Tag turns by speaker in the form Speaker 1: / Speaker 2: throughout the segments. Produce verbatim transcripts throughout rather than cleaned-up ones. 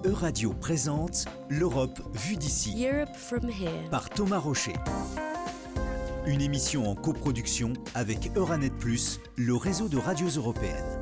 Speaker 1: Euradio présente l'Europe vue d'ici
Speaker 2: Europe from here.
Speaker 1: par Thomas Rocher. Une émission en coproduction avec Euranet plus, le réseau de radios européennes.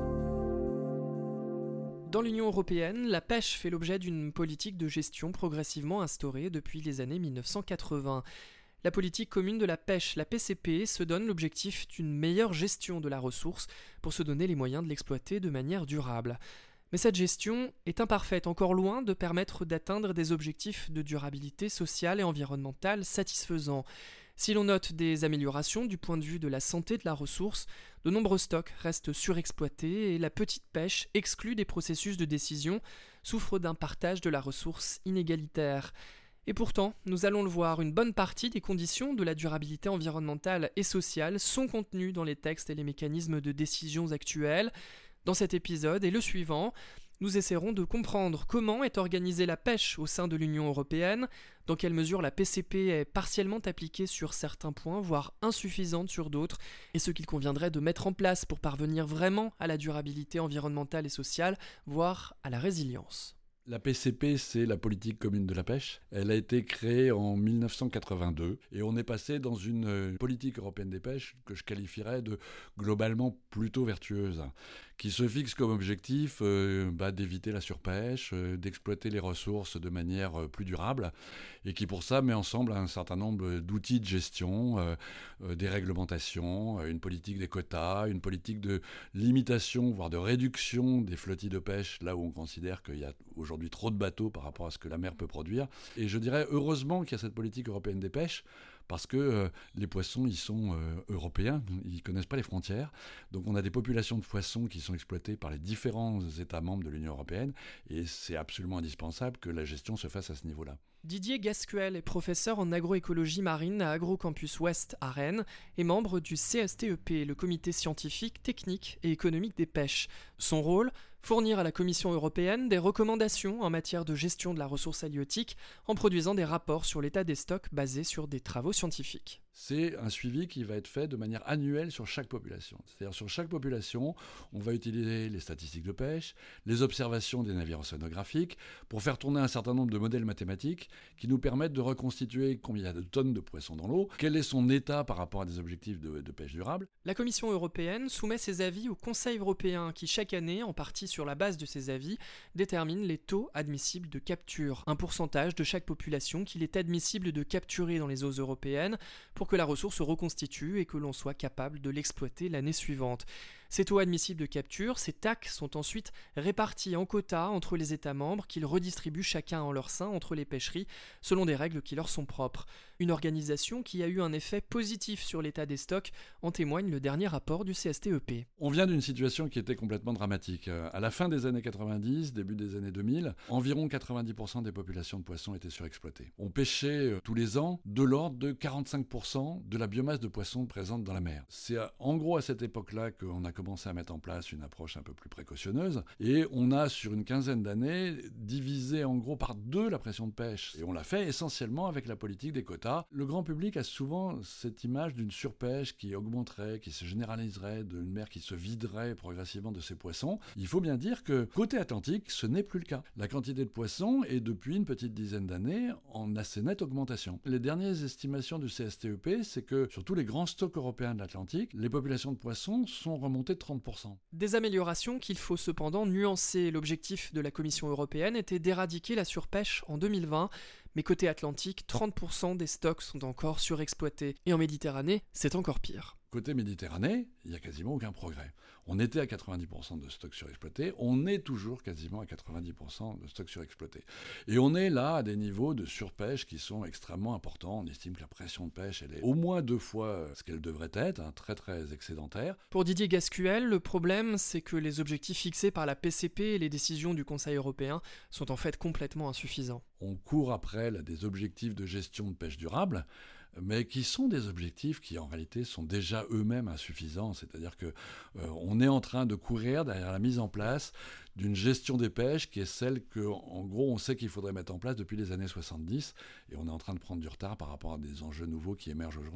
Speaker 3: Dans l'Union européenne, la pêche fait l'objet d'une politique de gestion progressivement instaurée depuis les années mille neuf cent quatre-vingts. La politique commune de la pêche, la P C P, se donne l'objectif d'une meilleure gestion de la ressource pour se donner les moyens de l'exploiter de manière durable. Mais cette gestion est imparfaite, encore loin de permettre d'atteindre des objectifs de durabilité sociale et environnementale satisfaisants. Si l'on note des améliorations du point de vue de la santé de la ressource, de nombreux stocks restent surexploités et la petite pêche, exclue des processus de décision, souffre d'un partage de la ressource inégalitaire. Et pourtant, nous allons le voir, une bonne partie des conditions de la durabilité environnementale et sociale sont contenues dans les textes et les mécanismes de décision actuels. Dans cet épisode et le suivant, nous essaierons de comprendre comment est organisée la pêche au sein de l'Union européenne, dans quelle mesure la P C P est partiellement appliquée sur certains points, voire insuffisante sur d'autres, et ce qu'il conviendrait de mettre en place pour parvenir vraiment à la durabilité environnementale et sociale, voire à la résilience.
Speaker 4: La P C P, c'est la politique commune de la pêche. Elle a été créée en mille neuf cent quatre-vingt-deux et on est passé dans une politique européenne des pêches que je qualifierais de globalement plutôt vertueuse, qui se fixe comme objectif euh, bah, d'éviter la surpêche, euh, d'exploiter les ressources de manière euh, plus durable et qui pour ça met ensemble un certain nombre d'outils de gestion, euh, euh, des réglementations, euh, une politique des quotas, une politique de limitation, voire de réduction des flottilles de pêche, là où on considère qu'il y a aujourd'hui aujourd'hui trop de bateaux par rapport à ce que la mer peut produire. Et je dirais heureusement qu'il y a cette politique européenne des pêches, parce que euh, les poissons, ils sont euh, européens, ils connaissent pas les frontières. Donc on a des populations de poissons qui sont exploitées par les différents États membres de l'Union européenne, et c'est absolument indispensable que la gestion se fasse à ce niveau-là.
Speaker 3: Didier Gascuel est professeur en agroécologie marine à AgroCampus Ouest à Rennes et membre du C S T E P, le comité scientifique, technique et économique des pêches. Son rôle, fournir à la Commission européenne des recommandations en matière de gestion de la ressource halieutique en produisant des rapports sur l'état des stocks basés sur des travaux scientifiques.
Speaker 4: C'est un suivi qui va être fait de manière annuelle sur chaque population. C'est-à-dire sur chaque population, on va utiliser les statistiques de pêche, les observations des navires océanographiques pour faire tourner un certain nombre de modèles mathématiques qui nous permettent de reconstituer combien il y a de tonnes de poissons dans l'eau, quel est son état par rapport à des objectifs de, de pêche durable.
Speaker 3: La Commission européenne soumet ses avis au Conseil européen qui, chaque année, en partie sur la base de ces avis, détermine les taux admissibles de capture, un pourcentage de chaque population qu'il est admissible de capturer dans les eaux européennes pour que la ressource se reconstitue et que l'on soit capable de l'exploiter l'année suivante. Ces taux admissibles de capture, ces T A C, sont ensuite répartis en quotas entre les États membres qu'ils redistribuent chacun en leur sein entre les pêcheries selon des règles qui leur sont propres. Une organisation qui a eu un effet positif sur l'état des stocks, en témoigne le dernier rapport du C S T E P.
Speaker 4: On vient d'une situation qui était complètement dramatique. À la fin des années quatre-vingt-dix, début des années deux mille, environ quatre-vingt-dix pour cent des populations de poissons étaient surexploitées. On pêchait tous les ans de l'ordre de quarante-cinq pour cent de la biomasse de poissons présente dans la mer. C'est en gros à cette époque-là qu'on a commencé à mettre en place une approche un peu plus précautionneuse et on a sur une quinzaine d'années divisé en gros par deux la pression de pêche. Et on l'a fait essentiellement avec la politique des quotas. Le grand public a souvent cette image d'une surpêche qui augmenterait, qui se généraliserait, d'une mer qui se viderait progressivement de ses poissons. Il faut bien dire que côté Atlantique, ce n'est plus le cas. La quantité de poissons est depuis une petite dizaine d'années en assez nette augmentation. Les dernières estimations du C S T E P, c'est que sur tous les grands stocks européens de l'Atlantique, les populations de poissons sont remontées de trente pour cent.
Speaker 3: Des améliorations qu'il faut cependant nuancer. L'objectif de la Commission européenne était d'éradiquer la surpêche en deux mille vingt, mais côté Atlantique, trente pour cent des stocks sont encore surexploités. Et en Méditerranée, c'est encore pire.
Speaker 4: Côté Méditerranée, il n'y a quasiment aucun progrès. On était à quatre-vingt-dix pour cent de stocks surexploités, on est toujours quasiment à quatre-vingt-dix pour cent de stocks surexploités. Et on est là à des niveaux de surpêche qui sont extrêmement importants. On estime que la pression de pêche, elle est au moins deux fois ce qu'elle devrait être, hein, très très excédentaire.
Speaker 3: Pour Didier Gascuel, le problème, c'est que les objectifs fixés par la P C P et les décisions du Conseil européen sont en fait complètement insuffisants.
Speaker 4: On court après là, des objectifs de gestion de pêche durable, mais qui sont des objectifs qui en réalité sont déjà eux-mêmes insuffisants. C'est-à-dire que euh, on est en train de courir derrière la mise en place d'une gestion des pêches qui est celle que, en gros, on sait qu'il faudrait mettre en place depuis les années soixante-dix, et on est en train de prendre du retard par rapport à des enjeux nouveaux qui émergent aujourd'hui.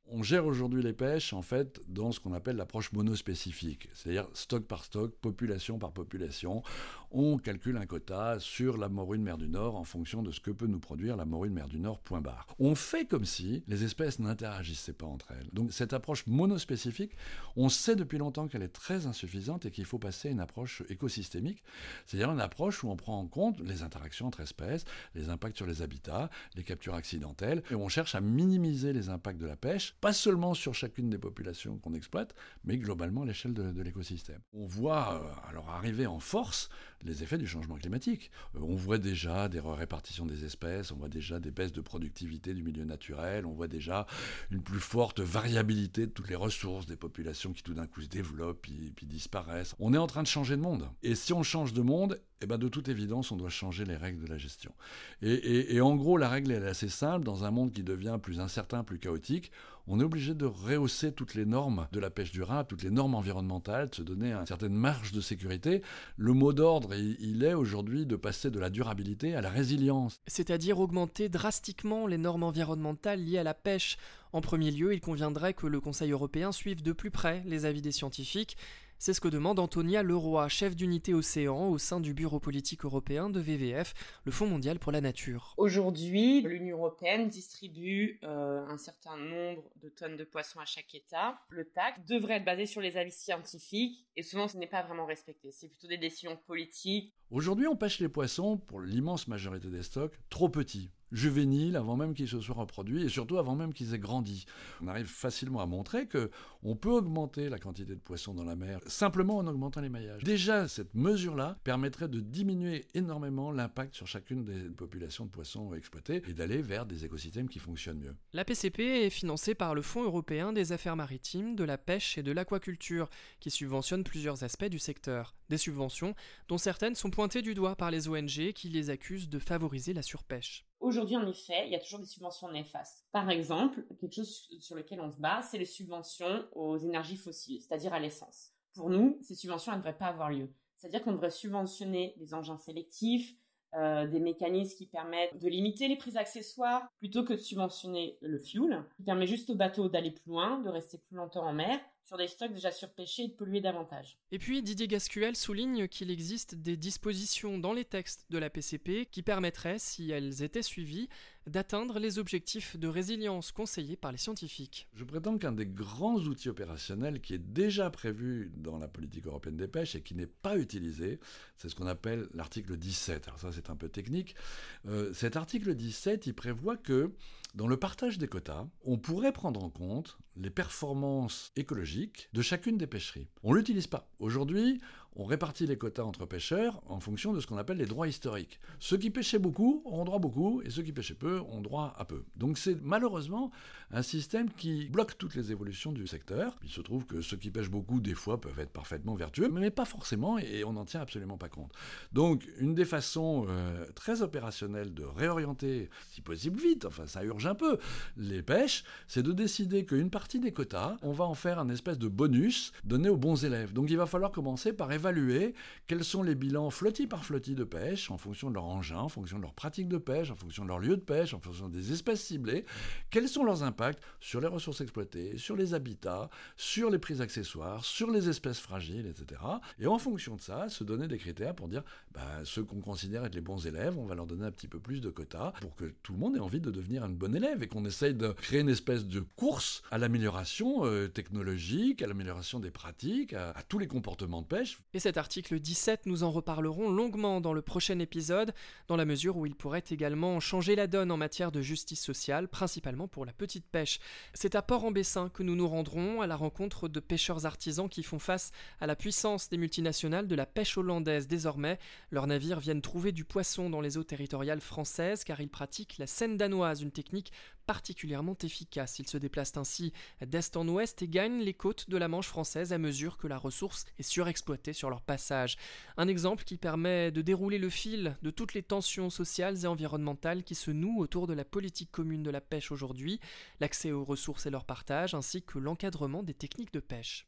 Speaker 4: On gère aujourd'hui les pêches en fait dans ce qu'on appelle l'approche monospécifique, c'est-à-dire stock par stock, population par population. On calcule un quota sur la morue de mer du Nord en fonction de ce que peut nous produire la morue de mer du Nord, point barre. On fait comme si les espèces n'interagissaient pas entre elles. Donc cette approche monospécifique, on sait depuis longtemps qu'elle est très insuffisante et qu'il faut passer à une approche écosystémique, c'est-à-dire une approche où on prend en compte les interactions entre espèces, les impacts sur les habitats, les captures accidentelles, et on cherche à minimiser les impacts de la pêche, pas seulement sur chacune des populations qu'on exploite, mais globalement à l'échelle de, de l'écosystème. On voit euh, alors arriver en force les effets du changement climatique. Euh, on voit déjà des répartitions des espèces, on voit déjà des baisses de productivité du milieu naturel, on voit déjà une plus forte variabilité de toutes les ressources des populations qui tout d'un coup se développent puis, puis disparaissent. On est en train de changer de monde. Et si on change de monde, eh ben de toute évidence, on doit changer les règles de la gestion. Et, et, et en gros, la règle est assez simple. Dans un monde qui devient plus incertain, plus chaotique, on est obligé de rehausser toutes les normes de la pêche durable, toutes les normes environnementales, de se donner une certaine marge de sécurité. Le mot d'ordre, il, il est aujourd'hui de passer de la durabilité à la résilience.
Speaker 3: C'est-à-dire augmenter drastiquement les normes environnementales liées à la pêche. En premier lieu, il conviendrait que le Conseil européen suive de plus près les avis des scientifiques. C'est ce que demande Antonia Leroy, chef d'unité océan au sein du Bureau politique européen de V V F, le Fonds mondial pour la nature.
Speaker 2: Aujourd'hui, l'Union européenne distribue euh, un certain nombre de tonnes de poissons à chaque État. Le T A C devrait être basé sur les avis scientifiques et souvent ce n'est pas vraiment respecté. C'est plutôt des décisions politiques.
Speaker 4: Aujourd'hui, on pêche les poissons, pour l'immense majorité des stocks, trop petits, juvéniles, avant même qu'ils se soient reproduits et surtout avant même qu'ils aient grandi. On arrive facilement à montrer qu'on peut augmenter la quantité de poissons dans la mer simplement en augmentant les maillages. Déjà, cette mesure-là permettrait de diminuer énormément l'impact sur chacune des populations de poissons exploitées et d'aller vers des écosystèmes qui fonctionnent mieux.
Speaker 3: La P C P est financée par le Fonds européen des affaires maritimes, de la pêche et de l'aquaculture, qui subventionne plusieurs aspects du secteur. Des subventions dont certaines sont pointées du doigt par les O N G qui les accusent de favoriser la surpêche.
Speaker 2: Aujourd'hui, en effet, il y a toujours des subventions néfastes. Par exemple, quelque chose sur lequel on se bat, c'est les subventions aux énergies fossiles, c'est-à-dire à l'essence. Pour nous, ces subventions ne devraient pas avoir lieu. C'est-à-dire qu'on devrait subventionner des engins sélectifs, euh, des mécanismes qui permettent de limiter les prises accessoires, plutôt que de subventionner le fuel, qui permet juste aux bateaux d'aller plus loin, de rester plus longtemps en mer, sur des stocks déjà surpêchés et de polluer davantage.
Speaker 3: Et puis Didier Gascuel souligne qu'il existe des dispositions dans les textes de la P C P qui permettraient, si elles étaient suivies, d'atteindre les objectifs de résilience conseillés par les scientifiques.
Speaker 4: Je prétends qu'un des grands outils opérationnels qui est déjà prévu dans la politique européenne des pêches et qui n'est pas utilisé, c'est ce qu'on appelle l'article dix-sept. Alors ça, c'est un peu technique. Euh, cet article dix-sept, il prévoit que dans le partage des quotas, on pourrait prendre en compte les performances écologiques de chacune des pêcheries. On ne l'utilise pas. Aujourd'hui, on répartit les quotas entre pêcheurs en fonction de ce qu'on appelle les droits historiques. Ceux qui pêchaient beaucoup auront droit beaucoup et ceux qui pêchaient peu ont droit à peu. Donc c'est malheureusement un système qui bloque toutes les évolutions du secteur. Il se trouve que ceux qui pêchent beaucoup, des fois, peuvent être parfaitement vertueux, mais pas forcément, et on n'en tient absolument pas compte. Donc une des façons euh, très opérationnelles de réorienter, si possible vite, enfin ça urge un peu, les pêches, c'est de décider qu'une partie des quotas, on va en faire un espèce de bonus donné aux bons élèves. Donc il va falloir commencer par évaluer quels sont les bilans flottille par flottille de pêche en fonction de leur engin, en fonction de leur pratique de pêche, en fonction de leur lieu de pêche, en fonction des espèces ciblées, quels sont leurs impacts sur les ressources exploitées, sur les habitats, sur les prises accessoires, sur les espèces fragiles, et cetera. Et en fonction de ça, se donner des critères pour dire bah, ceux qu'on considère être les bons élèves, on va leur donner un petit peu plus de quotas pour que tout le monde ait envie de devenir un bon élève et qu'on essaye de créer une espèce de course à l'amélioration euh, technologique, à l'amélioration des pratiques, à, à tous les comportements de pêche.
Speaker 3: Et cet article dix-sept, nous en reparlerons longuement dans le prochain épisode, dans la mesure où il pourrait également changer la donne en matière de justice sociale, principalement pour la petite pêche. C'est à Port-en-Bessin que nous nous rendrons à la rencontre de pêcheurs artisans qui font face à la puissance des multinationales de la pêche hollandaise. Désormais, leurs navires viennent trouver du poisson dans les eaux territoriales françaises car ils pratiquent la seine danoise, une technique particulièrement efficace. Ils se déplacent ainsi d'est en ouest et gagnent les côtes de la Manche française à mesure que la ressource est surexploitée sur leur passage. Un exemple qui permet de dérouler le fil de toutes les tensions sociales et environnementales qui se nouent autour de la politique commune de la pêche aujourd'hui, l'accès aux ressources et leur partage, ainsi que l'encadrement des techniques de pêche.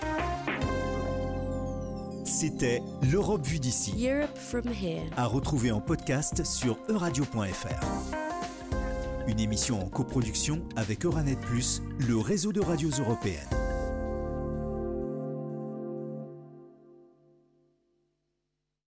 Speaker 1: C'était l'Europe vue d'ici.
Speaker 5: Europe from here.
Speaker 1: À retrouver en podcast sur euradio point f r. Une émission en coproduction avec Euranet plus, le réseau de radios européennes.